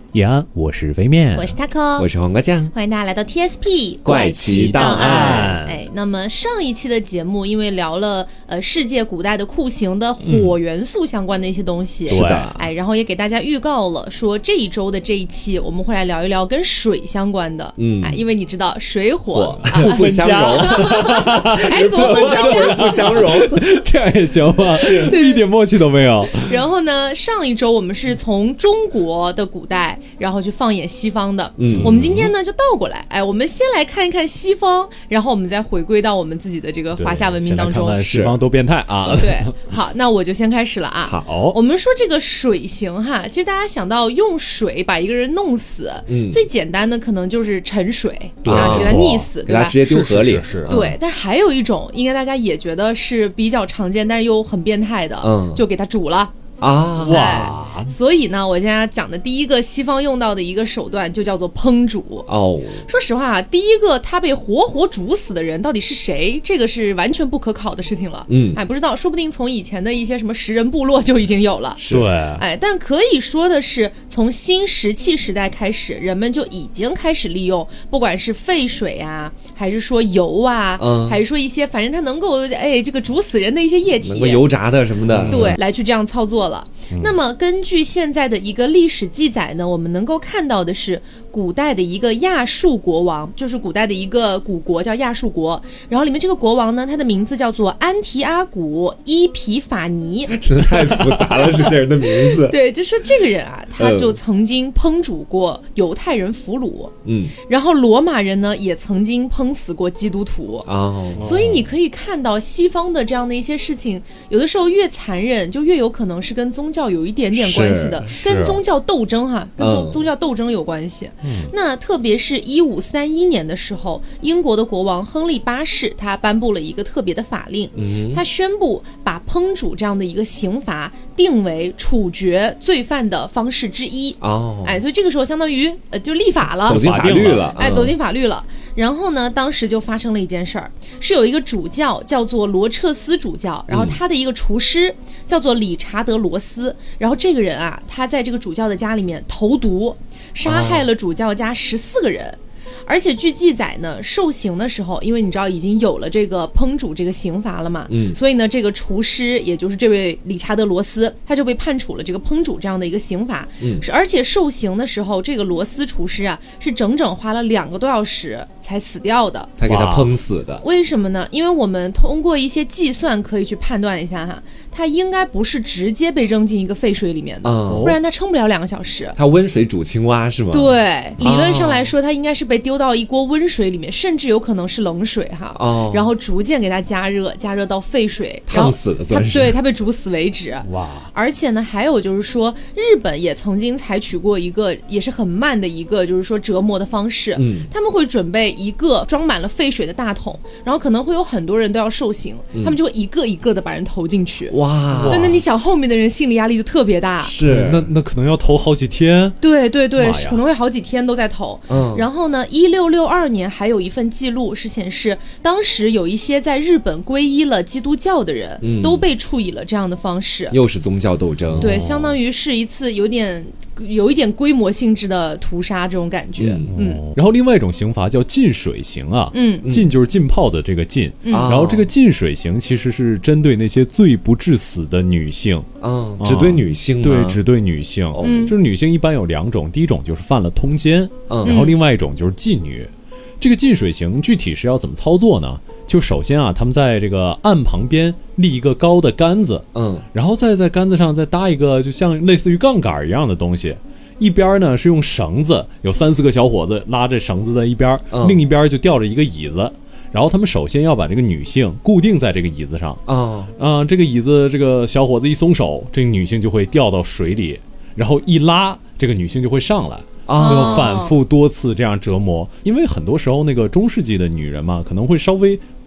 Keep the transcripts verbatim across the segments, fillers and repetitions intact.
叶安，我是飞面， 我是 Taco， 我是黄瓜酱， 欢迎大家来到 T S P 怪奇档案。 哎，那么上一期的节目，因为聊了呃世界古代的酷刑的火元素相关的一些东西， 是的， 哎，然后也给大家预告了，说这一周的这一期我们会来聊一聊跟水相关的，嗯，哎，因为你知道水火互不相容， 哎，怎么不相不相容？ 这样也行吗？一点默契都没有。 然后呢，上一周我们是从中国的古代，然后去放眼西方的。嗯，我们今天呢就倒过来，哎，我们先来看一看西方，然后我们再回归到我们自己的这个华夏文明当中。 看看西方多变态啊！ 对，好，那我就先开始了啊。 好， 我们说这个水刑哈，其实大家想到用水把一个人弄死，嗯，最简单的可能就是沉水， 对然后给他溺死，对吧？ 给他直接丢河里。 是是是， 对，但是还有一种，应该大家也觉得是比较常见，但是又很变态的，嗯，就给他煮了。 啊哇！所以呢，我现在讲的第一个西方用到的一个手段就叫做烹煮。 哦， 说实话啊，第一个他被活活煮死的人到底是谁，这个是完全不可考的事情了。嗯，哎，不知道，说不定从以前的一些什么食人部落就已经有了。 对， 哎，但可以说的是，从新石器时代开始，人们就已经开始利用，不管是沸水啊，还是说油啊，嗯，还是说一些反正它能够哎这个煮死人的一些液体， 能够油炸的什么的， 对，来去这样操作了。嗯、那么根据现在的一个历史记载呢，我们能够看到的是古代的一个亚述国王，就是古代的一个古国叫亚述国，然后里面这个国王呢，他的名字叫做安提阿古伊皮法尼， 真的太复杂了这些人的名字。 对，就说这个人啊，他就曾经烹煮过犹太人俘虏，嗯，然后罗马人呢也曾经烹死过基督徒，哦，所以你可以看到西方的这样的一些事情，有的时候越残忍，就越有可能是跟宗教有一点点关系的，跟宗教斗争哈，跟宗、嗯、宗教斗争有关系。嗯、那特别是一五三一年的时候，英国的国王亨利八世他颁布了一个特别的法令，嗯、他宣布把烹煮这样的一个刑罚定为处决罪犯的方式之一。哦，哎，所以这个时候相当于呃就立法了， 走进法律了， 哎，走进法律了。然后呢，当时就发生了一件事儿，是有一个主教叫做罗彻斯主教，然后他的一个厨师叫做理查德罗斯，然后这个人啊，他在这个主教的家里面投毒，杀害了主教家十四个人。哦，而且据记载呢，受刑的时候，因为你知道已经有了这个烹煮这个刑罚了嘛，嗯，所以呢，这个厨师也就是这位理查德罗斯，他就被判处了这个烹煮这样的一个刑罚。嗯，而且受刑的时候，这个罗斯厨师啊，是整整花了两个多小时才死掉的， 才给他烹死的。 为什么呢？因为我们通过一些计算可以去判断一下哈，他应该不是直接被扔进一个沸水里面的，嗯、不然他撑不了两个小时。 他温水煮青蛙是吗？ 对，理论上来说，他应该是被丢到一锅温水里面，甚至有可能是冷水哈，哦，然后逐渐给它加热，加热到沸水， 烫死的算是， 对，它被煮死为止。哇！而且呢，还有就是说，日本也曾经采取过一个也是很慢的一个就是说折磨的方式，嗯，他们会准备一个装满了沸水的大桶，然后可能会有很多人都要受刑，嗯、他们就会一个一个的把人投进去。哇！对，那你想后面的人心理压力就特别大， 是，那那可能要投好几天。 对对对，可能会好几天都在投。嗯，然后呢，一六六二年还有一份记录是显示，当时有一些在日本皈依了基督教的人，嗯、都被处以了这样的方式， 又是宗教斗争。 对，相当于是一次有点有一点规模性质的屠杀这种感觉。嗯， 嗯然后另外一种刑罚叫浸水刑啊，嗯，浸就是浸泡的这个浸，嗯、然后这个浸水刑其实是针对那些罪不致死的女性， 嗯，只对女性吗？ 对，只对女性。嗯，就是女性一般有两种，第一种就是犯了通奸，嗯，然后另外一种就是妓女。这个浸水刑具体是要怎么操作呢？就首先啊，他们在这个岸旁边立一个高的杆子，嗯，然后再在杆子上再搭一个就像类似于杠杆一样的东西，一边呢是用绳子，有三四个小伙子拉着绳子在一边，嗯、另一边就吊着一个椅子。然后他们首先要把这个女性固定在这个椅子上啊，啊、呃，这个椅子这个小伙子一松手，这个女性就会掉到水里，然后一拉，这个女性就会上来。就反复多次这样折磨，因为很多时候那个中世纪的女人嘛，可能会稍微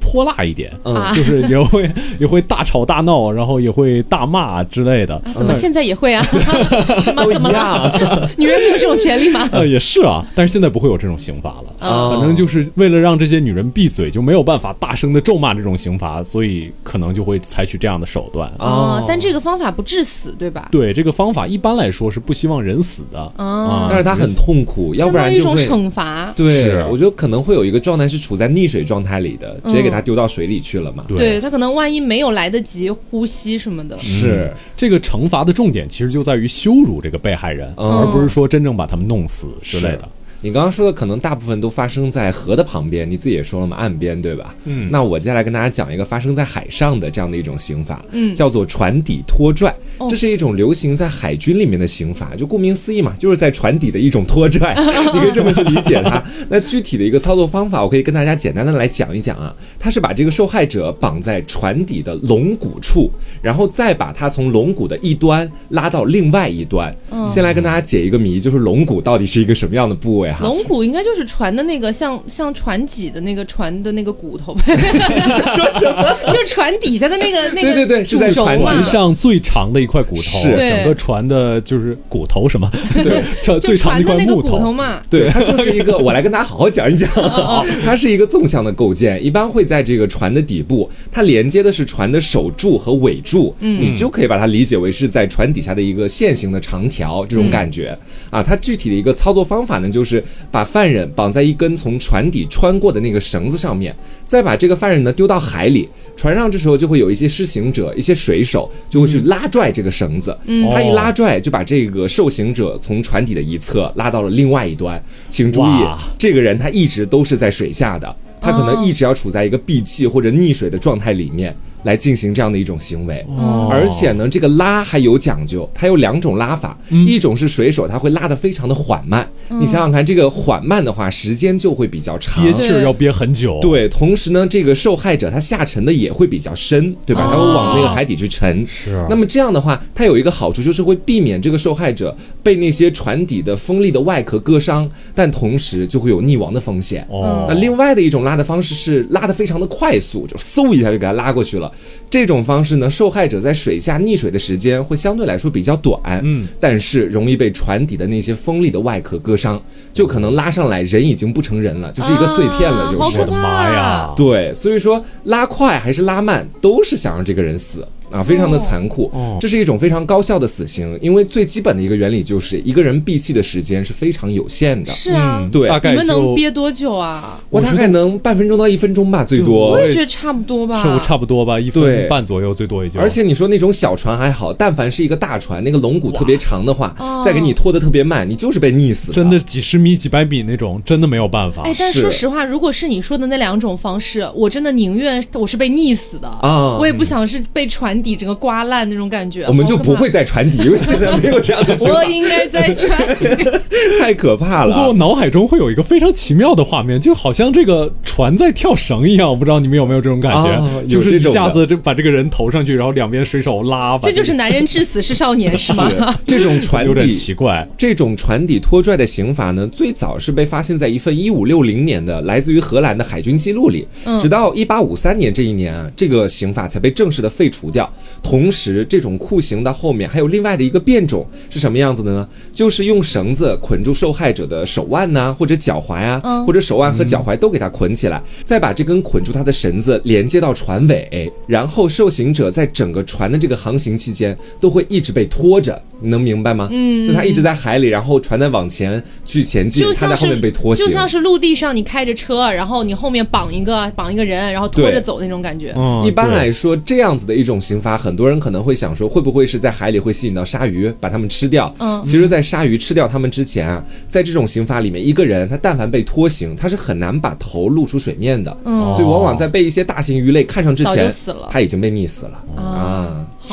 泼辣一点，嗯，就是也会也会大吵大闹，然后也会大骂之类的。 怎么现在也会啊？什么怎么了？女人没有这种权利吗？ 呃，也是啊，但是现在不会有这种刑罚了。啊，反正就是为了让这些女人闭嘴，就没有办法大声的咒骂这种刑罚，所以可能就会采取这样的手段。 哦，但这个方法不致死，对吧？ 对，这个方法一般来说是不希望人死的。 哦， 但是它很痛苦，要不然就会相当于一种惩罚。 对，我觉得可能会有一个状态是处在溺水状态里的，直接给他丢到水里去了嘛。 对，对他可能万一没有来得及呼吸什么的。 是、 嗯、这个惩罚的重点其实就在于羞辱这个被害人，嗯、而不是说真正把他们弄死之类的。 你刚刚说的可能大部分都发生在河的旁边，你自己也说了嘛，岸边，对吧？嗯，那我接下来跟大家讲一个发生在海上的这样的一种刑法，嗯，叫做船底拖拽。哦、这是一种流行在海军里面的刑法，就顾名思义嘛，就是在船底的一种拖拽，你可以这么去理解它。那具体的一个操作方法，我可以跟大家简单的来讲一讲啊。它是把这个受害者绑在船底的龙骨处，然后再把它从龙骨的一端拉到另外一端。嗯、先来跟大家解一个谜，就是龙骨到底是一个什么样的部位？ 龙骨应该就是船的那个像像船脊的那个船的那个骨头，说什么？就是船底下的那个那个， 对对对，是在船上最长的一块骨头，是整个船的就是骨头什么？对，最长的一块木头， 骨头嘛。 对，它就是一个，我来跟大家好好讲一讲，它是一个纵向的构建，一般会在这个船的底部，它连接的是船的首柱和尾柱，嗯，你就可以把它理解为是在船底下的一个线形的长条这种感觉、嗯、啊。它具体的一个操作方法呢，就是把犯人绑在一根从船底穿过的那个绳子上面，再把这个犯人呢丢到海里，船上这时候就会有一些施行者，一些水手就会去拉拽这个绳子，嗯，他一拉拽就把这个受刑者从船底的一侧拉到了另外一端。请注意，这个人他一直都是在水下的，他可能一直要处在一个闭气或者溺水的状态里面来进行这样的一种行为、哦、而且呢这个拉还有讲究，它有两种拉法、嗯、一种是水手他会拉得非常的缓慢、嗯、你想想看，这个缓慢的话时间就会比较长， 憋气儿要憋很久， 对，同时呢这个受害者他下沉的也会比较深，对吧、哦、他会往那个海底去沉， 是。 那么这样的话它有一个好处，就是会避免这个受害者被那些船底的锋利的外壳割伤，但同时就会有溺亡的风险、哦、那另外的一种拉的方式是拉得非常的快速，就嗖一下就给他拉过去了。这种方式呢，受害者在水下溺水的时间会相对来说比较短，嗯，但是容易被船底的那些锋利的外壳割伤，就可能拉上来人已经不成人了，就是一个碎片了，就是、 啊、 我的妈呀！ 对，所以说拉快还是拉慢，都是想让这个人死。啊，非常的残酷、哦、这是一种非常高效的死刑，因为最基本的一个原理就是一个人闭气的时间是非常有限的。 是啊、嗯、 对， 大概你们能憋多久啊？ 我大概能半分钟到一分钟吧，最多。 我也觉得差不多吧， 是差不多吧，一分半左右最多也就。 而且你说那种小船还好，但凡是一个大船，那个龙骨特别长的话，再给你拖得特别慢，你就是被溺死的。 真的几十米几百米那种真的没有办法。 哎，但说实话，如果是你说的那两种方式，我真的宁愿我是被溺死的啊，我也不想是被船底整个刮烂那种感觉。 我们就不会在船底，因为现在没有这样的情况。 我应该在船底。 太可怕了。 不过我脑海中会有一个非常奇妙的画面，就好像这个船在跳绳一样，我不知道你们有没有这种感觉、哦、就是一下子就把这个人投上去，然后两边水手拉， 这就是男人至死是少年是吗？ 是这种船底有点奇怪。 这种船底拖拽的刑罚呢，最早是被发现在一份一五六零年的来自于荷兰的海军记录里、嗯、直到一八五三年这一年啊，这个刑法才被正式的废除掉。同时这种酷刑到后面还有另外的一个变种，是什么样子的呢？就是用绳子捆住受害者的手腕呐、啊，或者脚踝啊、嗯，或者手腕和脚踝都给他捆起来、嗯、再把这根捆住他的绳子连接到船尾，然后受刑者在整个船的这个航行期间都会一直被拖着，你能明白吗？嗯，就他一直在海里，然后船在往前去前进，他在后面被拖行， 就像是陆地上你开着车，然后你后面绑一个绑一个人，然后拖着走那种感觉。 嗯，一般来说这样子的一种刑罚，很多人可能会想说，会不会是在海里会吸引到鲨鱼，把他们吃掉？嗯，其实，在鲨鱼吃掉他们之前啊，在这种刑罚里面，一个人他但凡被拖行，他是很难把头露出水面的。嗯，所以往往在被一些大型鱼类看上之前， 早就死了， 他已经被溺死了啊。 好的，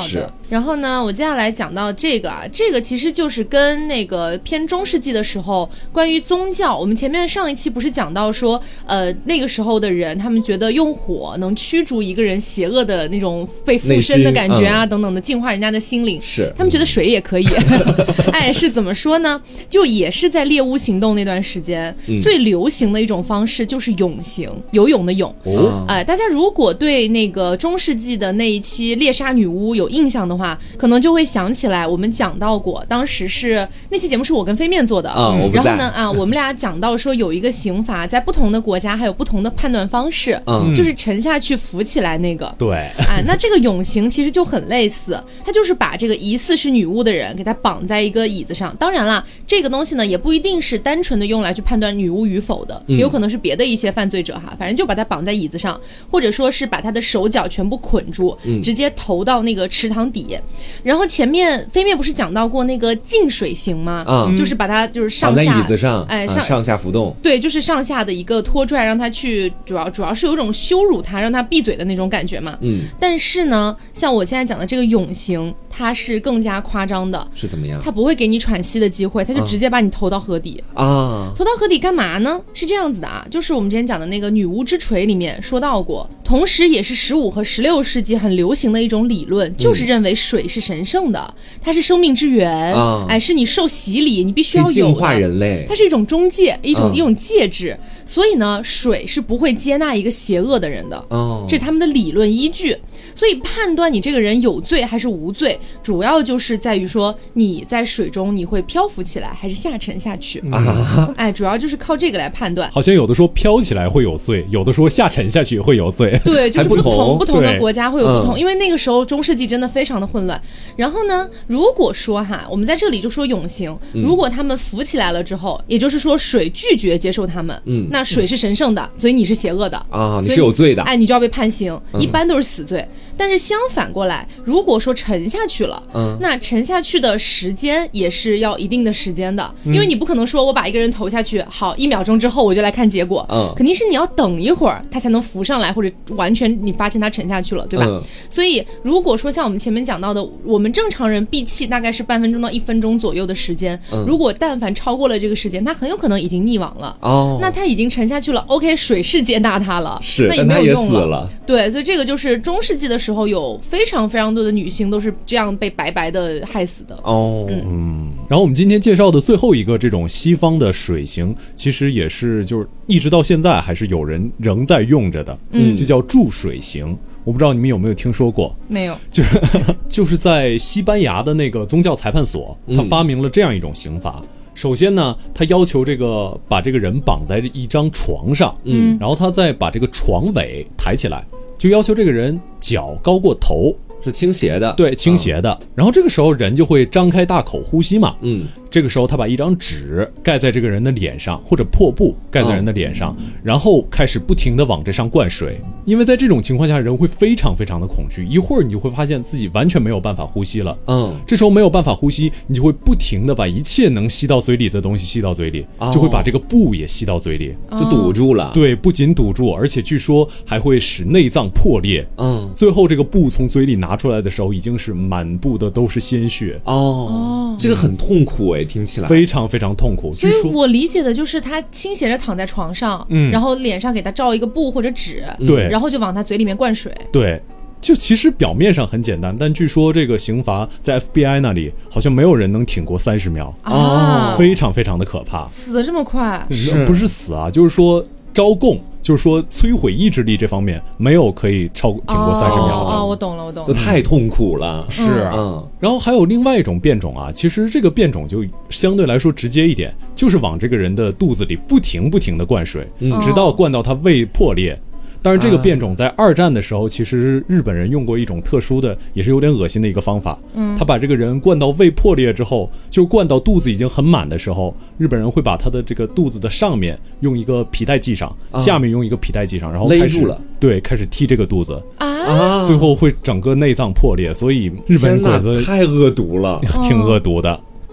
然后呢，我接下来讲到这个啊，这个其实就是跟那个偏中世纪的时候关于宗教，我们前面上一期不是讲到说，呃，那个时候的人他们觉得用火能驱逐一个人邪恶的那种被附身的感觉啊，嗯、等等的，净化人家的心灵。 是， 他们觉得水也可以。哎，是怎么说呢？就也是在猎巫行动那段时间，嗯、最流行的一种方式就是泳行，游泳的泳。哦，哎、呃，大家如果对那个中世纪的那一期猎杀女巫有印象的话，可能就会想起来我们讲到过，当时是那期节目是我跟飞面做的， 嗯，我不在。 然后呢，啊，我们俩讲到说有一个刑罚在不同的国家还有不同的判断方式，嗯，就是沉下去浮起来那个， 对， 啊，那这个泳行其实就很类似，它就是把这个疑似是女巫的人给她绑在一个椅子上。当然啦，这个东西呢也不一定是单纯的用来去判断女巫与否的，也有可能是别的一些犯罪者哈，反正就把她绑在椅子上，或者说是把她的手脚全部捆住，嗯、直接投到那个池塘底。然后前面飞面不是讲到过那个浸水刑吗？嗯，就是把它就是上下绑在椅子上， 哎，上、 啊、上下浮动， 对，就是上下的一个拖拽，让他去主要主要是有一种羞辱他，让他闭嘴的那种感觉嘛。嗯，但是呢，像我现在讲的这个泳刑，它是更加夸张的， 是怎么样？ 他不会给你喘息的机会，他就直接把你投到河底啊！投到河底干嘛呢？是这样子的啊，就是我们之前讲的那个女巫之锤里面说到过，同时也是十五和十六世纪很流行的一种理论，就是认为水是神圣的，它是生命之源，啊、哎，是你受洗礼你必须要有的， 净化人类， 它是一种中介，一种、嗯、一种介质，所以呢，水是不会接纳一个邪恶的人的，哦，这是他们的理论依据。所以判断你这个人有罪还是无罪，主要就是在于说你在水中你会漂浮起来还是下沉下去，啊、哎，主要就是靠这个来判断。 好像有的说飘起来会有罪，有的说下沉下去会有罪， 对，就是不同不同的国家会有不同， 嗯、 因为那个时候中世纪真的非常的混乱。然后呢，如果说哈，我们在这里就说泳行，如果他们浮起来了之后，也就是说水拒绝接受他们，嗯，那水是神圣的，所以你是邪恶的啊，你是有罪的， 哎，你就要被判刑，嗯、一般都是死罪。但是相反过来，如果说沉下去了，嗯，那沉下去的时间也是要一定的时间的，因为你不可能说我把一个人投下去，好，一秒钟之后我就来看结果，嗯，肯定是你要等一会儿他才能浮上来，或者完全你发现他沉下去了，对吧？嗯、所以如果说像我们前面讲到的，我们正常人闭气大概是半分钟到一分钟左右的时间，嗯、如果但凡超过了这个时间，他很有可能已经溺亡了，哦，那他已经沉下去了 ，OK， 水是接纳他了， 是， 那也没有用了， 了对，所以这个就是中世纪的时候有非常非常多的女性都是这样被白白的害死的哦。嗯，嗯然后我们今天介绍的最后一个这种西方的水刑，其实也是就是一直到现在还是有人仍在用着的，嗯，就叫注水刑。我不知道你们有没有听说过？ 没有， 就是就是在西班牙的那个宗教裁判所，他发明了这样一种刑罚。嗯首先呢，他要求这个把这个人绑在一张床上，嗯，然后他再把这个床尾抬起来，就要求这个人脚高过头， 是倾斜的， 对，倾斜的。嗯、然后这个时候人就会张开大口呼吸嘛，嗯，这个时候他把一张纸盖在这个人的脸上，或者破布盖在人的脸上，嗯、然后开始不停地往这上灌水。因为在这种情况下，人会非常非常的恐惧，一会儿你就会发现自己完全没有办法呼吸了，嗯，这时候没有办法呼吸，你就会不停地把一切能吸到嘴里的东西吸到嘴里，哦、就会把这个布也吸到嘴里， 就堵住了。 对，不仅堵住，而且据说还会使内脏破裂。嗯，最后这个布从嘴里拿出来的时候，已经是满布的都是鲜血。 哦，这个很痛苦哎，听起来非常非常痛苦。 所以我理解的就是他倾斜着躺在床上，嗯，然后脸上给他罩一个布或者纸， 对， 然后就往他嘴里面灌水。 对。就其实表面上很简单，但据说这个刑罚在 F B I 那里好像没有人能挺过三十秒啊，非常非常的可怕， 死得这么快， 是不是死啊？就是说招供，就是说摧毁意志力这方面没有可以超挺过三十秒的。 哦，我懂了，我懂了， 这太痛苦了。 是，嗯。然后还有另外一种变种啊，其实这个变种就相对来说直接一点，就是往这个人的肚子里不停不停的灌水，嗯，直到灌到他胃破裂。当然这个变种在二战的时候，其实日本人用过一种特殊的也是有点恶心的一个方法，嗯，他把这个人灌到胃破裂之后，就灌到肚子已经很满的时候，日本人会把他的这个肚子的上面用一个皮带系上，啊、下面用一个皮带系上，然后勒住了， 对，开始踢这个肚子啊， 最后会整个内脏破裂，所以日本鬼子太恶毒了， 挺恶毒的。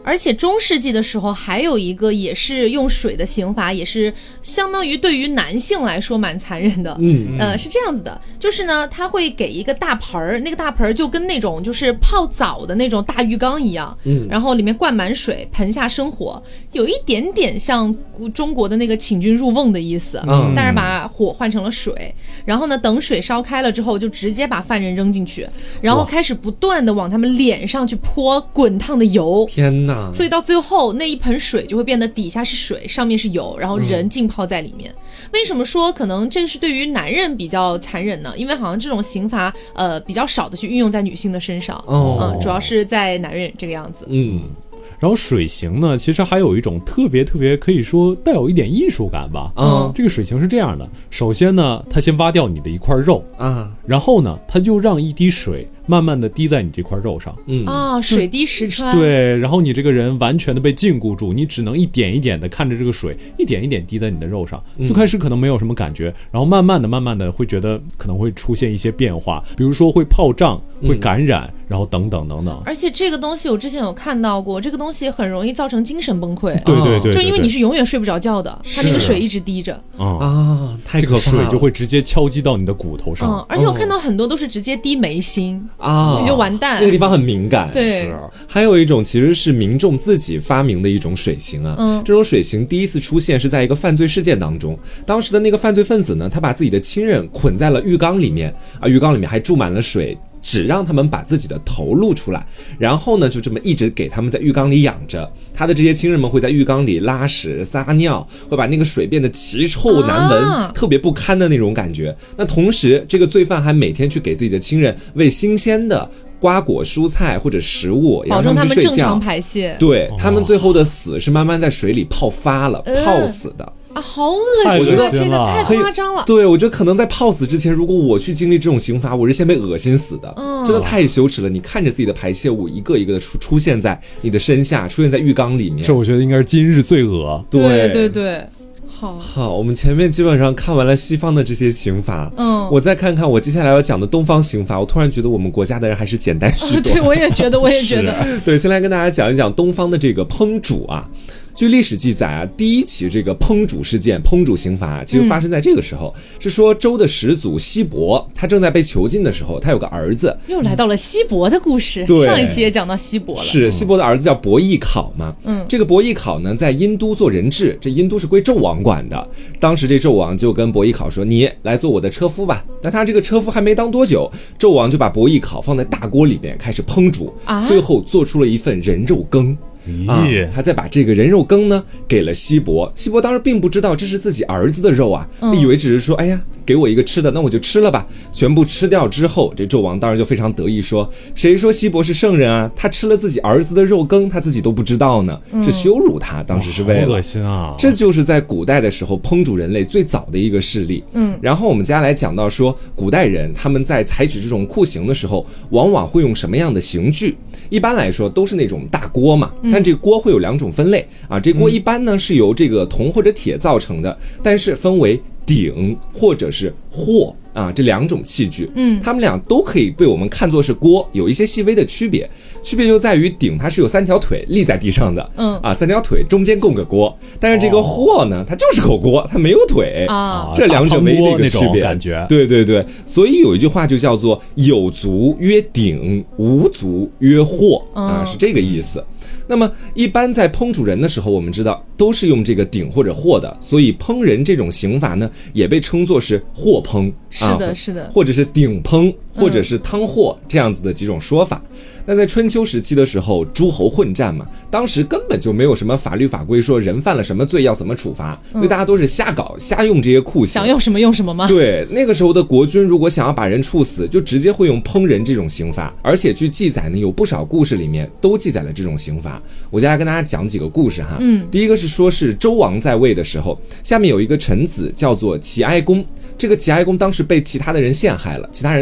而且中世纪的时候还有一个也是用水的刑罚，也是相当于对于男性来说蛮残忍的。嗯，呃，是这样子的，就是呢，他会给一个大盆儿，那个大盆儿就跟那种就是泡澡的那种大浴缸一样，嗯，然后里面灌满水，盆下生火，有一点点像中国的那个请君入瓮的意思，嗯，但是把火换成了水，然后呢，等水烧开了之后，就直接把犯人扔进去，然后开始不断的往他们脸上去泼滚烫的油。 天哪！ 所以到最后那一盆水就会变得底下是水，上面是油，然后人浸泡在里面。嗯、为什么说可能这是对于男人比较残忍呢？因为好像这种刑罚呃比较少的去运用在女性的身上，哦、嗯，主要是在男人这个样子。 嗯。然后水刑呢，其实还有一种特别特别可以说带有一点艺术感吧。嗯，这个水刑是这样的，首先呢，他先挖掉你的一块肉啊，然后呢，他就让一滴水慢慢的滴在你这块肉上。 嗯啊，水滴石穿。 对，然后你这个人完全的被禁锢住，你只能一点一点的看着这个水一点一点滴在你的肉上。嗯、最开始可能没有什么感觉，然后慢慢的慢慢的会觉得可能会出现一些变化，比如说会泡胀、会感染，嗯、然后等等等等。 而且这个东西我之前有看到过，这个东西很容易造成精神崩溃。 对对 对, 对， 就因为你是永远睡不着觉的，它那个水一直滴着。 啊啊，太可怕了！ 这个水就会直接敲击到你的骨头上。 嗯，而且我看到很多都是直接滴眉心啊，你就完蛋。 那个地方很敏感。 对， 还有一种其实是民众自己发明的一种水刑啊。嗯，这种水刑第一次出现是在一个犯罪事件当中，当时的那个犯罪分子呢，他把自己的亲人捆在了浴缸里面啊，浴缸里面还注满了水。只让他们把自己的头露出来，然后呢，就这么一直给他们在浴缸里养着。他的这些亲人们会在浴缸里拉屎撒尿，会把那个水变得奇臭难闻、啊、特别不堪的那种感觉。那同时这个罪犯还每天去给自己的亲人喂新鲜的瓜果蔬菜或者食物， 保证他们正常排泄。 对，他们最后的死是慢慢在水里泡发了、呃、泡死的啊，好恶心啊！这个太夸张了。 对，我觉得可能在泡死之前，如果我去经历这种刑罚，我是先被恶心死的，嗯、真的太羞耻了。你看着自己的排泄物一个一个的出出现在你的身下，出现在浴缸里面， 这我觉得应该是今日罪恶。 对对对对。好， 好，我们前面基本上看完了西方的这些刑罚，嗯，我再看看我接下来要讲的东方刑罚，我突然觉得我们国家的人还是简单许多。 哦、对，我也觉得，我也觉得。 对，先来跟大家讲一讲东方的这个烹煮啊。据历史记载啊，第一起这个烹煮事件、烹煮刑罚，其实发生在这个时候，嗯、是说周的始祖西伯，他正在被囚禁的时候，他有个儿子。 又来到了西伯的故事， 对， 上一期也讲到西伯了。 是西伯的儿子叫伯邑考嘛？嗯，这个伯邑考呢，在殷都做人质，这殷都是归纣王管的。当时这纣王就跟伯邑考说：“你来做我的车夫吧。”但他这个车夫还没当多久，纣王就把伯邑考放在大锅里边开始烹煮，啊、最后做出了一份人肉羹。啊，他再把这个人肉羹呢给了西伯，西伯当时并不知道这是自己儿子的肉啊，嗯、以为只是说，哎呀，给我一个吃的，那我就吃了吧。全部吃掉之后，这纣王当然就非常得意说，谁说西伯是圣人啊？他吃了自己儿子的肉羹，他自己都不知道呢，是羞辱他。当时是为了， 好恶心啊！ 这就是在古代的时候烹煮人类最早的一个事例。嗯，然后我们接下来讲到说，古代人他们在采取这种酷刑的时候，往往会用什么样的刑具？一般来说都是那种大锅嘛。嗯但这个锅会有两种分类啊，这锅一般呢是由这个铜或者铁造成的，但是分为鼎或者是镬啊这两种器具，嗯，它们俩都可以被我们看作是锅，有一些细微的区别，区别就在于鼎它是有三条腿立在地上的，嗯啊，三条腿中间供个锅，但是这个镬呢，它就是口锅，它没有腿啊，这两者唯一的一个区别， 感觉， 对对对，所以有一句话就叫做有足曰鼎，无足曰镬啊，是这个意思。那么一般在烹煮人的时候，我们知道都是用这个鼎或者镬的，所以烹人这种刑罚呢，也被称作是镬烹， 是的，啊、是的， 或者是鼎烹，或者是汤镬这样子的几种说法。那在春秋时期的时候，诸侯混战嘛，当时根本就没有什么法律法规说人犯了什么罪要怎么处罚，所以大家都是瞎搞瞎用这些酷刑， 想用什么用什么吗？ 对，那个时候的国君如果想要把人处死，就直接会用烹人这种刑罚，而且据记载呢，有不少故事里面都记载了这种刑罚。我接下来跟大家讲几个故事哈。嗯，第一个是说是周王在位的时候，下面有一个臣子叫做齐哀公。这个齐哀公当时被其他的人陷害了，其他人在周王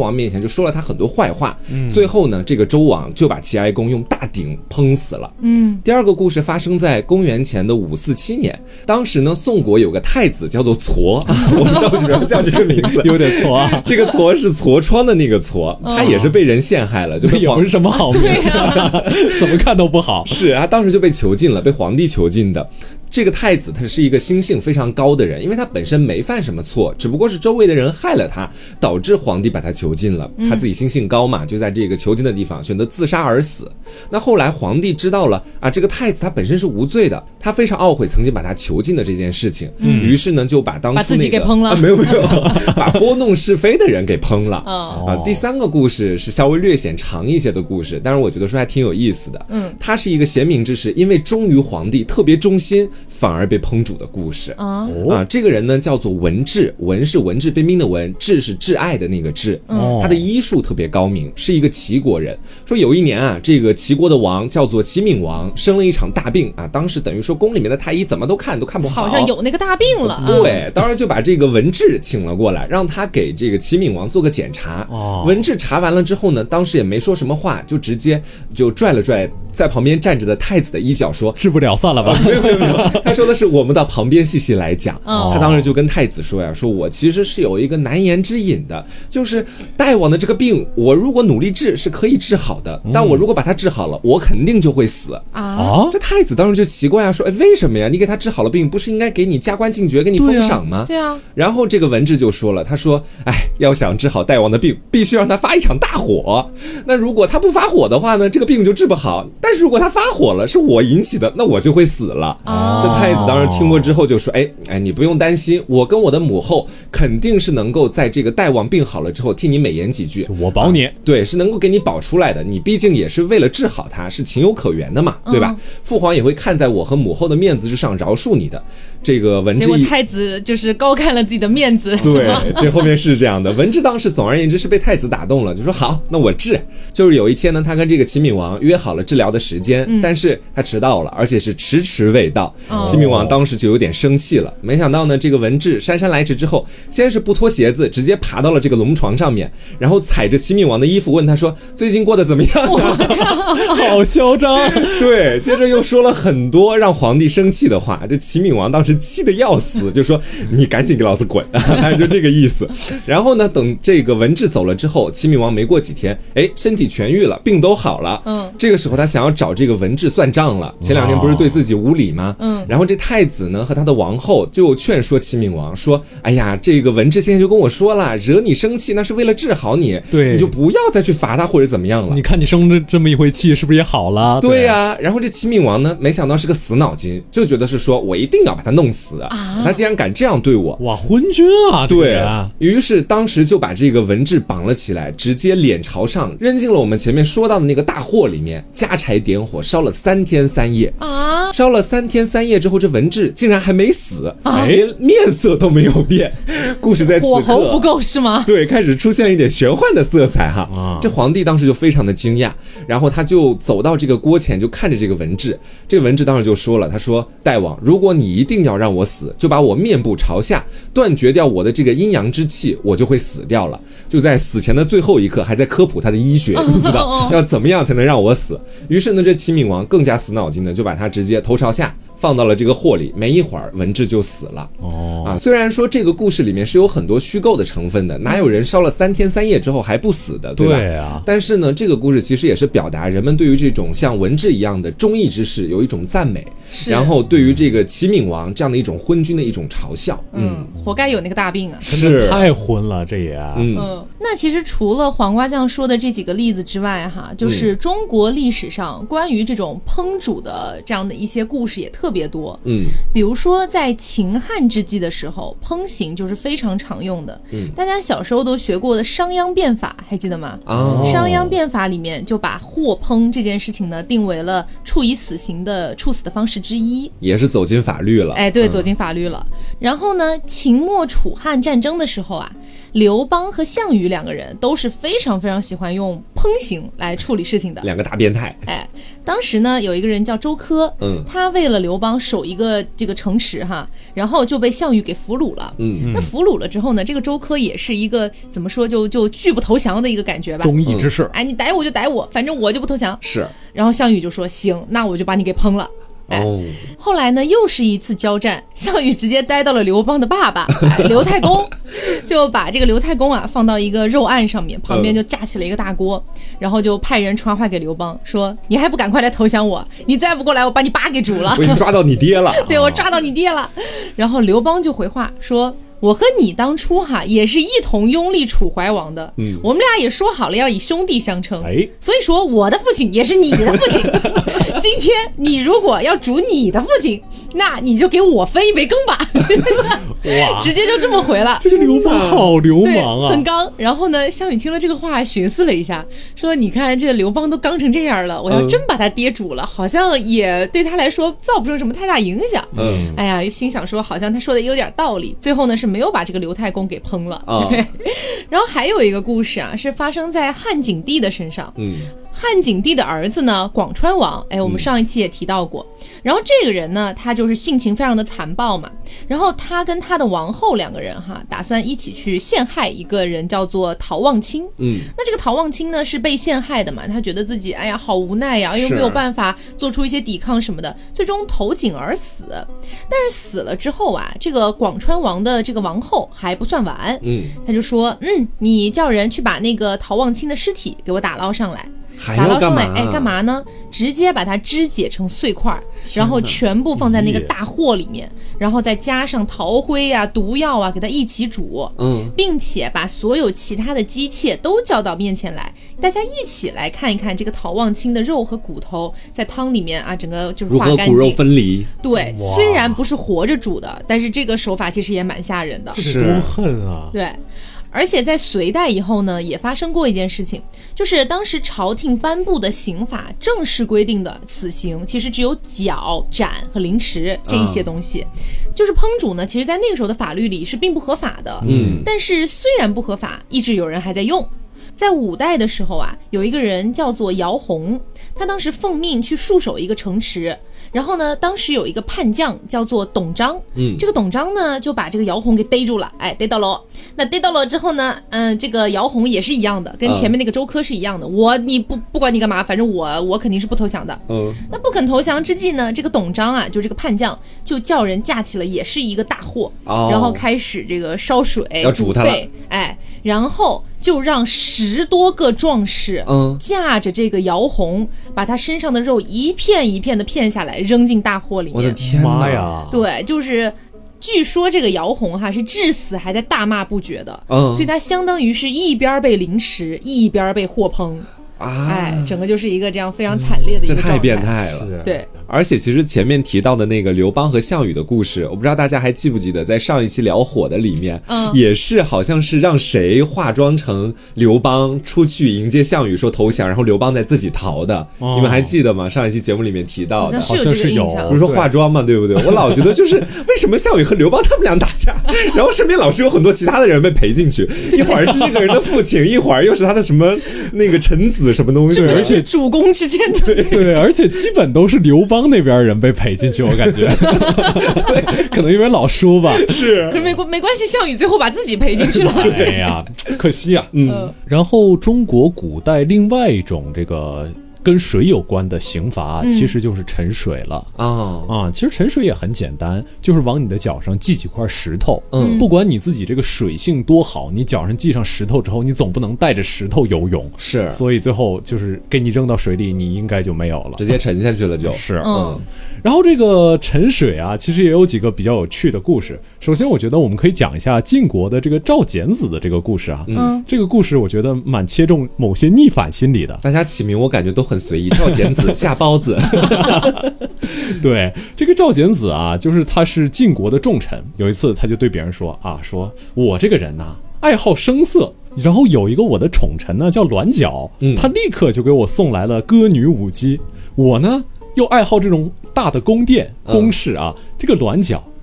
王面前就说了他很多坏话，嗯，最后呢，这个周王就把齐哀公用大鼎烹死了。嗯，第二个故事发生在公元前的五四七年，当时呢，宋国有个太子叫做痤，我不知道为什么叫这个名字， 有点痤啊。 这个痤是痤疮的那个痤，他也是被人陷害了，就被也不是什么好名字，啊、怎么看都不好。 是啊，当时就被囚禁了，被皇帝囚禁的。这个太子他是一个心性非常高的人，因为他本身没犯什么错，只不过是周围的人害了他，导致皇帝把他囚禁了。他自己心性高嘛，就在这个囚禁的地方选择自杀而死。那后来皇帝知道了啊，这个太子他本身是无罪的，他非常懊悔曾经把他囚禁的这件事情，嗯、于是呢就把当初、那个、 把自己给烹了， 啊、没有没有，把拨弄是非的人给烹了。哦、啊，第三个故事是稍微略显长一些的故事，但是我觉得说还挺有意思的。嗯，他是一个贤明之士，因为忠于皇帝，特别忠心，反而被烹煮的故事。啊，啊这个人呢叫做文治，文是文质彬彬的文，治是挚爱的那个治。哦，他的医术特别高明，是一个齐国人。说有一年啊，这个齐国的王叫做齐闵王，生了一场大病啊，当时等于说宫里面的太医怎么都看都看不好， 好像有那个大病了。 对，当然就把这个文治请了过来，让他给这个齐闵王做个检查。哦，文治查完了之后呢，当时也没说什么话，就直接就拽了拽在旁边站着的太子的衣角，说治不了算了吧。 没有没有没有，他说的是我们到旁边细细来讲。哦，他当时就跟太子说呀，说我其实是有一个难言之隐的，就是大王的这个病，我如果努力治是可以治好的，但我如果把它治好了，我肯定就会死。啊，这太子当时就奇怪啊，说哎，为什么呀？你给他治好了病，不是应该给你加官进爵，给你封赏吗？ 对啊。 然后这个文治就说了，他说哎，要想治好大王的病，必须让他发一场大火。那如果他不发火的话呢，这个病就治不好，但是如果他发火了，是我引起的，那我就会死了。哦，这太子当时听过之后就说，哎哎，你不用担心，我跟我的母后肯定是能够在这个大王病好了之后替你美言几句， 我保你。 啊，对，是能够给你保出来的，你毕竟也是为了治好他，是情有可原的嘛，对吧？嗯，父皇也会看在我和母后的面子之上饶恕你的。这个文治， 结果太子就是高看了自己的面子。 对，这后面是这样的。文治当时总而言之是被太子打动了，就说好，那我治。就是有一天呢，他跟这个齐闵王约好了治疗的时间，嗯，但是他迟到了，而且是迟迟未到。哦，齐闵王当时就有点生气了。没想到呢，这个文治姗姗来迟之后，先是不脱鞋子，直接爬到了这个龙床上面，然后踩着齐闵王的衣服问他说：“最近过得怎么样啊？” 好嚣张！ 对，接着又说了很多让皇帝生气的话。这齐闵王当时气得要死，就说：“你赶紧给老子滚！”他就这个意思。然后呢，等这个文治走了之后，齐闵王没过几天，哎，身体痊愈了，病都好了。嗯，这个时候他想要找这个文治算账了。前两天不是对自己无礼吗？嗯，然后这太子呢和他的王后就劝说齐闵王说：“哎呀，这个文治现在就跟我说了，惹你生气那是为了治好你，对，你就不要再去罚他或者怎么样了。 你看你生这这么一回气，是不是也好了？” 对呀，啊，然后这齐闵王呢，没想到是个死脑筋，就觉得是说我一定要把他弄死啊！他竟然敢这样对我， 哇，昏君啊！ 对啊，于是当时就把这个文治绑了起来，直接脸朝上扔进了我们前面说到的那个大火里面，加柴点火烧了三天三夜啊！烧了三天三夜之后，这文治竟然还没死，啊，连面色都没有变。故事在此刻火候不够是吗？ 对，开始出现了一点玄幻的色彩哈。啊，这皇帝当时就非常的惊讶，然后他就走到这个锅前，就看着这个文治。这个文治当时就说了，他说：“大王，如果你一定要让我死，就把我面部朝下，断绝掉我的这个阴阳之气，我就会死掉了。”就在死前的最后一刻，还在科普他的医学，你知道要怎么样才能让我死。于是呢，这齐闵王更加死脑筋的，就把他直接头朝下放到了这个货里，没一会儿文治就死了。哦，啊，虽然说这个故事里面是有很多虚构的成分的，哪有人烧了三天三夜之后还不死的，对吧？ 对啊。 但是呢，这个故事其实也是表达人们对于这种像文治一样的忠义之士有一种赞美，然后对于这个齐闵王这样的一种昏君的一种嘲笑。 嗯，活该有那个大病啊！ 是太昏了，这也。 嗯，嗯那其实除了黄瓜酱说的这几个例子之外，哈，就是中国历史上关于这种烹煮的这样的一些故事也特别多。嗯，比如说在秦汉之际的时候，烹刑就是非常常用的。嗯，大家小时候都学过的商鞅变法，还记得吗？哦，商鞅变法里面就把获烹这件事情呢定为了处以死刑的处死的方式之一， 也是走进法律了。 哎，对，嗯，走进法律了。然后呢，秦末楚汉战争的时候啊， 刘邦和项羽两个人都是非常非常喜欢用烹刑来处理事情的， 两个大变态。 哎，当时呢有一个人叫周柯，嗯，他为了刘邦守一个这个城池哈，然后就被项羽给俘虏了。嗯，那俘虏了之后呢，这个周柯也是一个怎么说就就拒不投降的一个感觉吧， 忠义之士。 嗯、哎，你逮我就逮我，反正我就不投降。 是。 然后项羽就说行，那我就把你给烹了。哎、哦，后来呢，又是一次交战，项羽直接逮到了刘邦的爸爸、哎、刘太公，就把这个刘太公啊放到一个肉案上面，旁边就架起了一个大锅，嗯、然后就派人传话给刘邦说：“你还不赶快来投降我？你再不过来，我把你爸给煮了。” 我已经抓到你爹了。 对，我抓到你爹了。然后刘邦就回话说：“我和你当初哈也是一同拥立楚怀王的，嗯，我们俩也说好了要以兄弟相称，哎，所以说我的父亲也是你的父亲。今天你如果要煮你的父亲，那你就给我分一杯羹吧。”哇，直接就这么回了。 这个刘邦好流氓啊， 很刚。然后呢，项羽听了这个话，寻思了一下，说：“你看这刘邦都刚成这样了，我要真把他爹煮了，嗯、好像也对他来说造不成什么太大影响。”嗯，哎呀，心想说，好像他说的也有点道理。最后呢，是没有把这个刘太公给烹了。哦、然后还有一个故事啊，是发生在汉景帝的身上。嗯。汉景帝的儿子呢，广川王，哎，我们上一期也提到过。嗯、然后这个人呢，他就是性情非常的残暴嘛。然后他跟他的王后两个人哈，打算一起去陷害一个人，叫做陶望清。嗯，那这个陶望清呢是被陷害的嘛，他觉得自己哎呀好无奈呀，又没有办法做出一些抵抗什么的，最终投井而死。但是死了之后啊，这个广川王的这个王后还不算完，嗯，他就说，嗯，你叫人去把那个陶望清的尸体给我打捞上来。打捞上来，哎，干嘛呢？直接把它肢解成碎块，然后全部放在那个大货里面，然后再加上陶灰啊、毒药啊，给它一起煮，嗯，并且把所有其他的姬妾都叫到面前来，大家一起来看一看这个陶望清的肉和骨头在汤里面啊，整个就是化干净， 如何骨肉分离。 对，虽然不是活着煮的，但是这个手法其实也蛮吓人的。 是多恨啊！ 对。而且在隋代以后呢，也发生过一件事情，就是当时朝廷颁布的刑法正式规定的死刑，其实只有绞、斩和凌迟这一些东西。嗯、就是烹煮呢，其实在那个时候的法律里是并不合法的。嗯，但是虽然不合法，一直有人还在用。在五代的时候啊，有一个人叫做姚洪，他当时奉命去戍守一个城池。然后呢，当时有一个叛将叫做董璋，嗯，这个董璋呢就把这个姚洪给逮住了，哎，逮到了。那逮到了之后呢，嗯，这个姚洪也是一样的，跟前面那个周柯是一样的，我你不不管你干嘛，反正我我肯定是不投降的。嗯，那不肯投降之际呢，这个董璋啊，就这个叛将就叫人架起了也是一个大货，哦、然后开始这个烧水要煮它了， 哎，然后就让十多个壮士，嗯，架着这个姚洪，把他身上的肉一片一片的片下来。扔进大货里面。 我的天哪呀！ 对，就是据说这个姚洪哈是至死还在大骂不绝的，嗯，所以他相当于是一边被凌迟，一边被火烹。啊，哎，整个就是一个这样非常惨烈的一个状态， 这太变态了。 对， 而且其实前面提到的那个刘邦和项羽的故事，我不知道大家还记不记得，在上一期聊火的里面，嗯，也是好像是让谁化妆成刘邦出去迎接项羽说投降，然后刘邦再自己逃的，哦、你们还记得吗？上一期节目里面提到的， 好像是有， 不是说化妆嘛，对不对？我老觉得就是为什么项羽和刘邦他们俩打架，然后身边老是有很多其他的人被陪进去，一会儿是这个人的父亲，一会儿又是他的什么那个臣子。什么东西？ 而且主公之间的对对，而且基本都是刘邦那边人被陪进去，我感觉，对，可能因为老叔吧， 是， 可是没没关系，项羽最后把自己陪进去了。 哎呀，可惜啊，嗯。然后中国古代另外一种这个。跟水有关的刑罚其实就是沉水了啊、嗯、啊！其实沉水也很简单，就是往你的脚上系几块石头。嗯，不管你自己这个水性多好，你脚上系上石头之后，你总不能带着石头游泳。 是， 所以最后就是给你扔到水里，你应该就没有了， 直接沉下去了就。 是，嗯。然后这个沉水啊，其实也有几个比较有趣的故事。首先，我觉得我们可以讲一下晋国的这个赵简子的这个故事啊。嗯，这个故事我觉得蛮切中某些逆反心理的。 大家起名我感觉都很随意，赵简子下包子。 对，这个赵简子啊，就是他是晋国的重臣。有一次他就对别人说啊，说我这个人呐、啊，爱好声色。然后有一个我的宠臣呢叫栾角，嗯，他立刻就给我送来了歌女舞姬。我呢又爱好这种大的宫殿宫室啊，嗯、这个栾角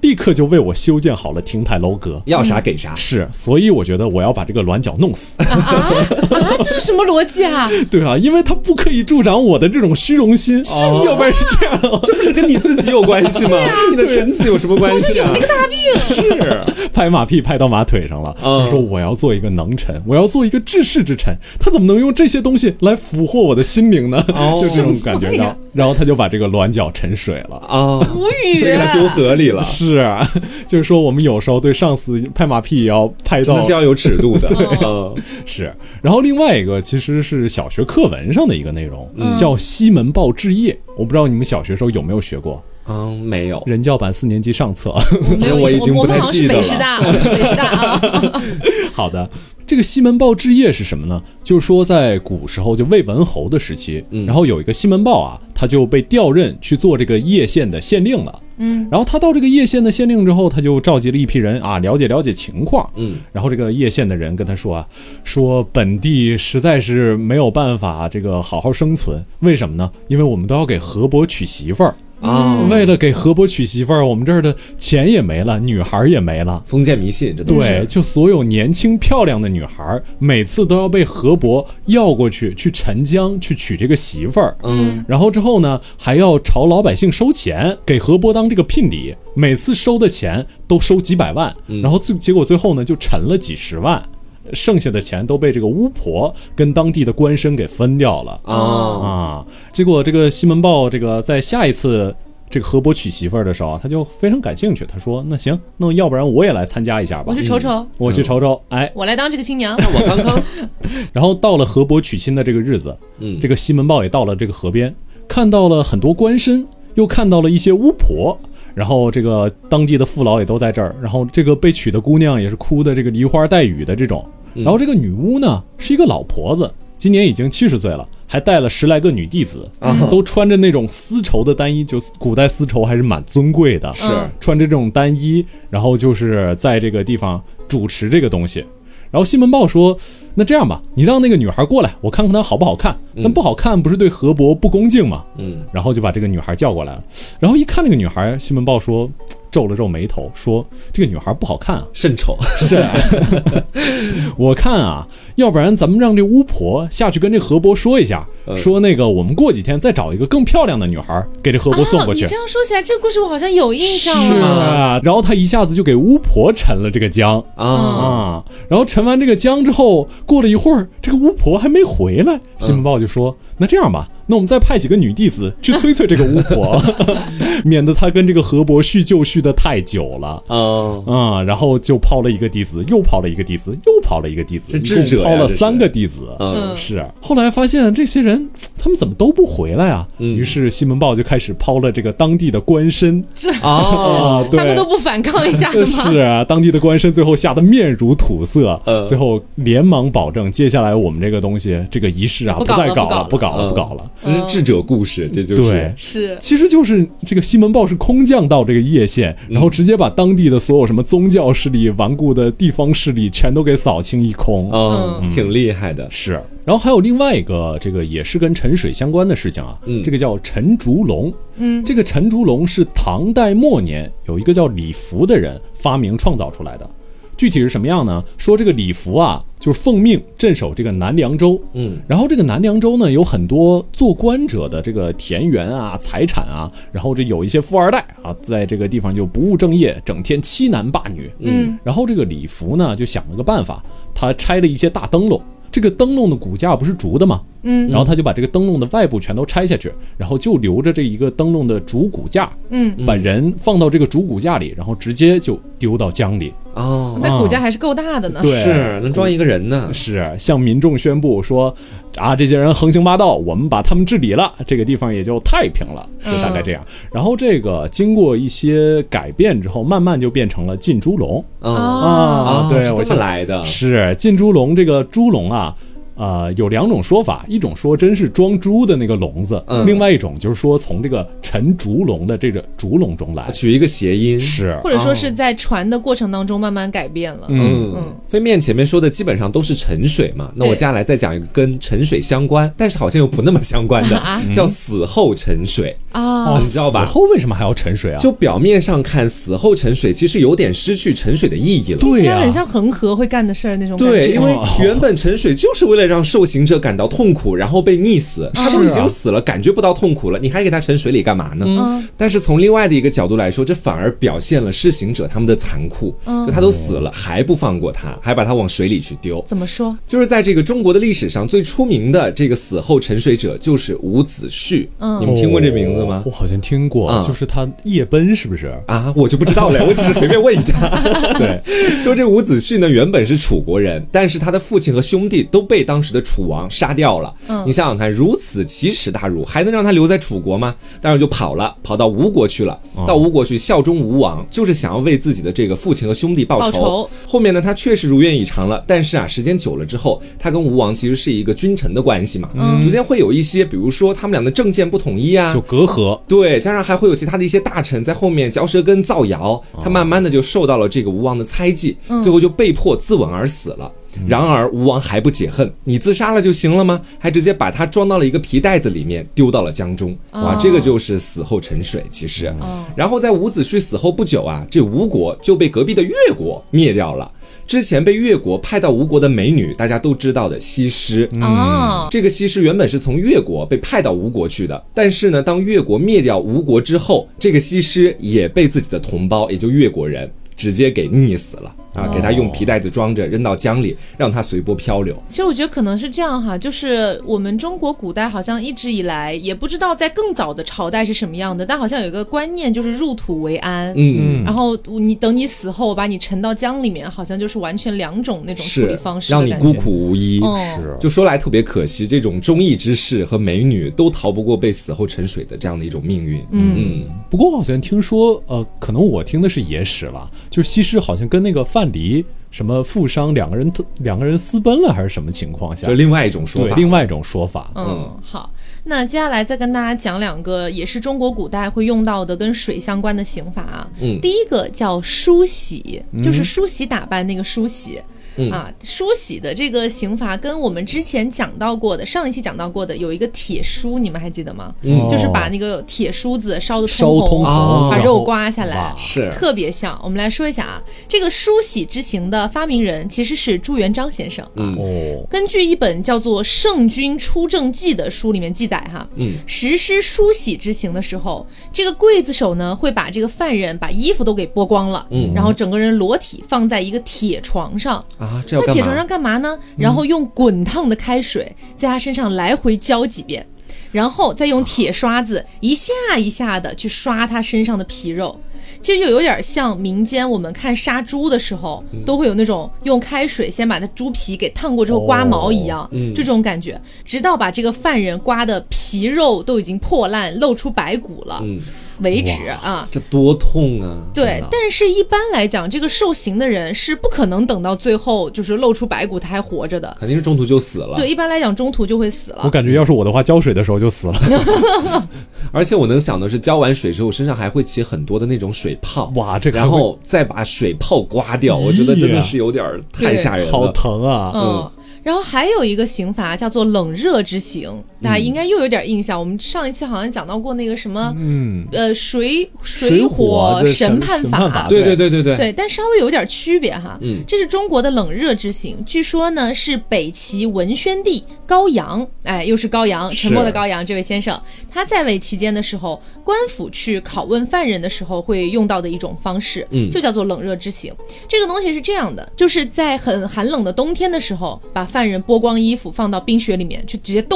立刻就为我修建好了亭台楼阁， 要啥给啥。 是，所以我觉得我要把这个卵脚弄死。 啊啊！这是什么逻辑啊？ 对啊，因为他不可以助长我的这种虚荣心，是、哦、要不然是这样， 这不是跟你自己有关系吗？啊、你的臣子有什么关系、啊？ 有那个大病。 是拍马屁拍到马腿上了，嗯、就说我要做一个能臣，我要做一个治世之臣，他怎么能用这些东西来俘获我的心灵呢？哦、就这种感觉到，然后他就把这个卵脚沉水了啊， 无语， 给他丢河里了。 是啊，就是说我们有时候对上司拍马屁也要拍到， 真的是要有尺度的。 嗯，是。然后另外一个其实是小学课文上的一个内容，嗯、叫西门豹治邺。我不知道你们小学时候有没有学过。 嗯，没有。 人教版四年级上册， 其实我已经不太记得了。 我们好像是北师大，我们是北师大啊。 好的，这个西门豹治邺是什么呢？就是说在古时候就魏文侯的时期，嗯、然后有一个西门豹啊，他就被调任去做这个邺县的县令了。嗯，然后他到这个邺县的县令之后，他就召集了一批人啊，了解了解情况。嗯，然后这个邺县的人跟他说啊，说本地实在是没有办法这个好好生存，为什么呢？因为我们都要给河伯娶媳妇儿。啊、嗯！为了给河伯娶媳妇儿，我们这儿的钱也没了，女孩也没了， 封建迷信，这都是。 对，就所有年轻漂亮的女孩，每次都要被河伯要过去，去陈江去娶这个媳妇儿。嗯，然后之后呢，还要朝老百姓收钱，给河伯当这个聘礼，每次收的钱都收几百万，嗯、然后最结果最后呢，就沉了几十万。剩下的钱都被这个巫婆跟当地的官绅给分掉了啊、哦、啊！结果这个西门豹这个在下一次这个河伯娶媳妇儿的时候，他就非常感兴趣，他说：“那行，那要不然我也来参加一下吧， 我去瞅瞅，嗯、 我去瞅瞅，哎， 我来当这个新娘， 那我看看。” 然后到了河伯娶亲的这个日子，嗯，这个西门豹也到了这个河边，看到了很多官绅，又看到了一些巫婆。然后这个当地的父老也都在这儿，然后这个被娶的姑娘也是哭的这个梨花带雨的这种，然后这个女巫呢是一个老婆子，今年已经七十岁了，还带了十来个女弟子，嗯、都穿着那种丝绸的单衣，就古代丝绸还是蛮尊贵的， 是穿着这种单衣，然后就是在这个地方主持这个东西。然后西门豹说：“那这样吧，你让那个女孩过来，我看看她好不好看。但不好看，不是对河伯不恭敬吗？”嗯，然后就把这个女孩叫过来了。然后一看这个女孩，西门豹说，皱了皱眉头，说：“这个女孩不好看啊， 甚丑。 是啊，我看啊，要不然咱们让这巫婆下去跟这河伯说一下，嗯、说那个我们过几天再找一个更漂亮的女孩给这河伯送过去。” 哦、你这样说起来，这个故事我好像有印象了。 是啊，然后他一下子就给巫婆沉了这个江啊啊，然后沉完这个江之后，过了一会儿，这个巫婆还没回来，西门豹就说：“嗯、那这样吧。”那我们再派几个女弟子去催催这个巫婆，免得她跟这个河伯叙旧叙得太久了啊、嗯嗯、然后就抛了一个弟子，又抛了一个弟子，又抛了一个弟子， 是智者呀， 抛了三个弟子。嗯，是。后来发现这些人他们怎么都不回来啊？嗯、于是西门豹就开始抛了这个当地的官绅啊，他们都不反抗一下的吗？ 是啊，当地的官绅最后吓得面如土色，嗯、最后连忙保证，接下来我们这个东西这个仪式啊，不再搞了，不搞了，不搞了。 这是智者故事，这就是对， 是， 其实就是这个西门豹是空降到这个邺县，然后直接把当地的所有什么宗教势力、顽固的地方势力全都给扫清一空， 嗯，嗯挺厉害的。 是，然后还有另外一个这个也是跟沉水相关的事情啊，嗯、这个叫沉竹龙，嗯，这个沉竹龙是唐代末年有一个叫李福的人发明创造出来的。具体是什么样呢？说这个李福啊，就是奉命镇守这个南凉州，嗯，然后这个南凉州呢，有很多做官者的这个田园啊、财产啊，然后这有一些富二代啊，在这个地方就不务正业，整天欺男霸女，嗯，然后这个李福呢，就想了个办法，他拆了一些大灯笼。这个灯笼的骨架不是竹的吗？嗯，然后他就把这个灯笼的外部全都拆下去，然后就留着这一个灯笼的主骨架，嗯，把人放到这个主骨架里，然后直接就丢到江里。 哦， 那骨架还是够大的呢， 对， 是能装一个人呢。 是向民众宣布说啊，这些人横行霸道，我们把他们治理了，这个地方也就太平了，是大概这样。嗯、然后这个经过一些改变之后，慢慢就变成了浸猪笼。 哦、 啊，对， 是这么来的。 是浸猪笼，这个猪笼啊。 呃，有两种说法，一种说真是装猪的那个笼子，嗯、另外一种就是说从这个沉竹笼的这个竹笼中来， 取一个谐音， 是， 或者说是在传的过程当中慢慢改变了。 嗯嗯，飞面前面说的基本上都是沉水嘛，那我接下来再讲一个跟沉水相关，但是好像又不那么相关的，啊、叫死后沉水啊， 你知道吧？ 死后为什么还要沉水啊？ 就表面上看，死后沉水其实有点失去沉水的意义了， 对呀、啊，很像恒河会干的事儿那种感觉。 对，因为原本沉水就是为了让受刑者感到痛苦，然后被溺死，他都已经死了，感觉不到痛苦了，你还给他沉水里干嘛呢？嗯、但是从另外的一个角度来说，这反而表现了施行者他们的残酷，嗯、就他都死了还不放过他，还把他往水里去丢。 怎么说？ 就是在这个中国的历史上最出名的这个死后沉水者就是伍子胥，嗯、你们听过这名字吗？ 哦、我好像听过，嗯、就是他夜奔是不是啊？我就不知道了，我只是随便问一下。对，说这伍子胥呢原本是楚国人，但是他的父亲和兄弟都被当时的楚王杀掉了。嗯、你想想看，如此奇耻大辱，还能让他留在楚国吗？当然就跑了，跑到吴国去了。到吴国去效忠吴王，就是想要为自己的这个父亲和兄弟报仇。报仇后面呢，他确实如愿以偿了，但是啊，时间久了之后，他跟吴王其实是一个君臣的关系嘛，嗯、逐渐会有一些，比如说他们俩的政见不统一啊， 就隔阂。 对，加上还会有其他的一些大臣在后面嚼舌根造谣，他慢慢的就受到了这个吴王的猜忌，嗯、最后就被迫自刎而死了。然而吴王还不解恨，你自杀了就行了吗？还直接把他装到了一个皮袋子里面丢到了江中。哇，这个就是死后沉水其实。然后在伍子胥死后不久啊，这吴国就被隔壁的越国灭掉了。之前被越国派到吴国的美女，大家都知道的西施。嗯，这个西施原本是从越国被派到吴国去的，但是呢，当越国灭掉吴国之后，这个西施也被自己的同胞，也就越国人直接给溺死了。啊，给他用皮袋子装着扔到江里，让他随波漂流。 其实我觉得可能是这样哈，就是我们中国古代好像一直以来也不知道在更早的朝代是什么样的，但好像有一个观念就是入土为安。嗯，然后你等你死后把你沉到江里面，好像就是完全两种那种处理方式的感觉， 让你孤苦无依。 嗯、 是，就说来特别可惜，这种忠义之士和美女都逃不过被死后沉水的这样的一种命运。嗯， 嗯不过好像听说，呃，可能我听的是野史了，就是西施好像跟那个范蠡。什么富商两个人两个人私奔了还是什么情况下？ 就另外一种说法， 对，另外一种说法。 嗯，嗯好，那接下来再跟大家讲两个也是中国古代会用到的跟水相关的刑法啊。嗯，第一个叫梳洗，就是梳洗打扮那个梳洗。嗯、啊，梳洗的这个刑罚跟我们之前讲到过的上一期讲到过的有一个铁梳，你们还记得吗？嗯、就是把那个铁梳子烧得通红， 红把肉刮下来， 是特别像。我们来说一下啊，这个梳洗之刑的发明人其实是朱元璋先生啊。嗯、根据一本叫做《圣君出政记》的书里面记载哈，嗯、实施梳洗之刑的时候，这个刽子手呢会把这个犯人把衣服都给剥光了，嗯、然后整个人裸体放在一个铁床上。 啊，这要干嘛？ 那铁床上干嘛呢？然后用滚烫的开水在他身上来回浇几遍，然后再用铁刷子一下一下的去刷他身上的皮肉。其实就有点像民间我们看杀猪的时候，嗯、都会有那种用开水先把它猪皮给烫过之后刮毛一样，哦嗯、这种感觉，直到把这个犯人刮的皮肉都已经破烂，露出白骨了。嗯为止啊， 这多痛啊！ 对，但是一般来讲，这个受刑的人是不可能等到最后就是露出白骨他还活着的， 肯定是中途就死了。 对，一般来讲中途就会死了。 我感觉要是我的话，浇水的时候就死了。 而且我能想的是，浇完水之后身上还会起很多的那种水泡， 哇，这个然后再把水泡刮掉，我觉得真的是有点太吓人了， 好疼啊！ 嗯。嗯然后还有一个刑罚叫做冷热之刑，大家应该又有点印象。嗯、我们上一期好像讲到过那个什么，嗯，呃，水水火审判法， 对对对对对， 对，但稍微有点区别哈。嗯，这是中国的冷热之刑，据说呢是北齐文宣帝高阳，哎，又是高阳，沉默的高阳这位先生，他在位期间的时候，官府去拷问犯人的时候会用到的一种方式，嗯，就叫做冷热之刑。这个东西是这样的，就是在很寒冷的冬天的时候，把犯人剥光衣服放到冰雪里面去直接冻他，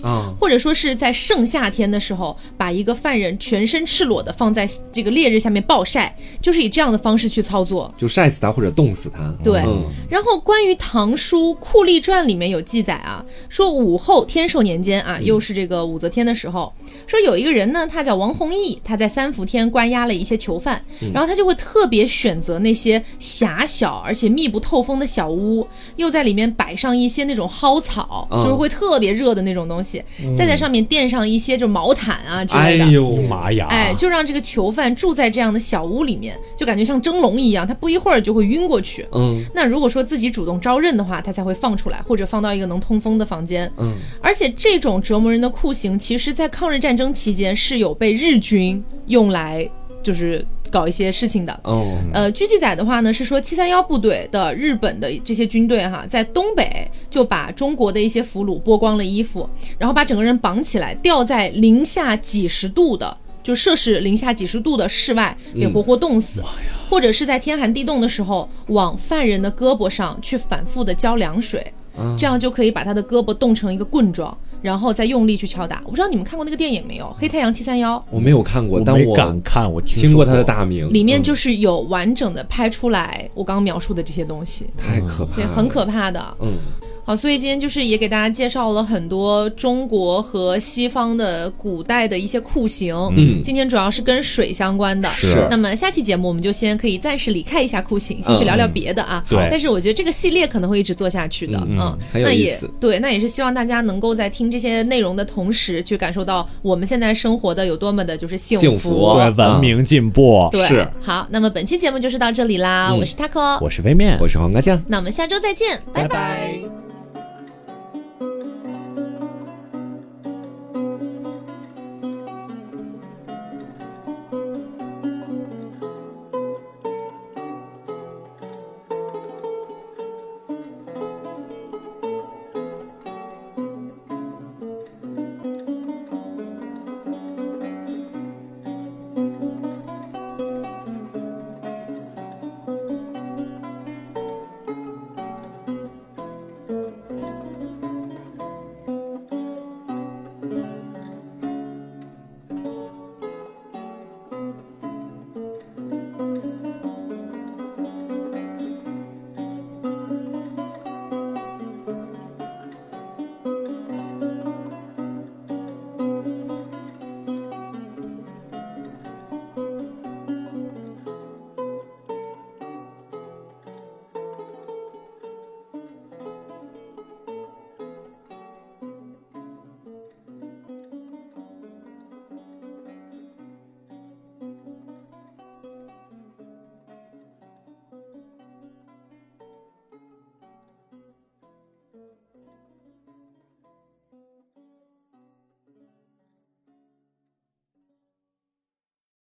啊，或者说是在盛夏天的时候，把一个犯人全身赤裸的放在这个烈日下面暴晒，就是以这样的方式去操作， 就晒死他或者冻死他。 对，嗯、然后关于唐书《酷吏传》里面有记载啊，说武后天寿年间啊，又是这个武则天的时候，说有一个人呢，他叫王弘毅，他在三伏天关押了一些囚犯，嗯、然后他就会特别选择那些狭小而且密不透风的小屋，又在里面摆上一些那种蒿草，嗯、就是会特别热的那种东西，嗯、再在上面垫上一些就毛毯啊之类的。 哎呦妈呀！ 哎，就让这个囚犯住在这样的小屋里面，就感觉像蒸笼一样，他不一会儿就会晕过去。嗯，那如果说自己主动招认的话，他才会放出来，或者放到一个能通风的房间。嗯，而且这种折磨人的酷刑，其实在抗日战争期间是有被日军用来就是搞一些事情的。哦，呃，据记载的话呢，是说七三一部队的日本的这些军队哈，在东北就把中国的一些俘虏剥光了衣服，然后把整个人绑起来，吊在零下几十度的。就摄氏零下几十度的室外给活活冻死，嗯、或者是在天寒地冻的时候，往犯人的胳膊上去反复的浇凉水，嗯、这样就可以把他的胳膊冻成一个棍状，然后再用力去敲打。我不知道你们看过那个电影没有，《黑太阳七三幺》？ 我没有看过， 我但我没敢看，我听过他的大名。 里面就是有完整的拍出来我刚刚描述的这些东西， 太可怕了， 对，很可怕的。嗯。好，所以今天就是也给大家介绍了很多中国和西方的古代的一些酷刑。嗯，今天主要是跟水相关的。 是。 那么下期节目我们就先可以暂时离开一下酷刑，先去聊聊别的啊。 对、嗯。 但是我觉得这个系列可能会一直做下去的。嗯， 嗯很有意思。 那也对，那也是希望大家能够在听这些内容的同时，去感受到我们现在生活的有多么的就是幸福， 幸福对，文明进步。 对， 是。 好，那么本期节目就是到这里啦。嗯、我是 Taco， 我是微面， 我是黄瓜酱。 那我们下周再见，拜拜。 拜拜。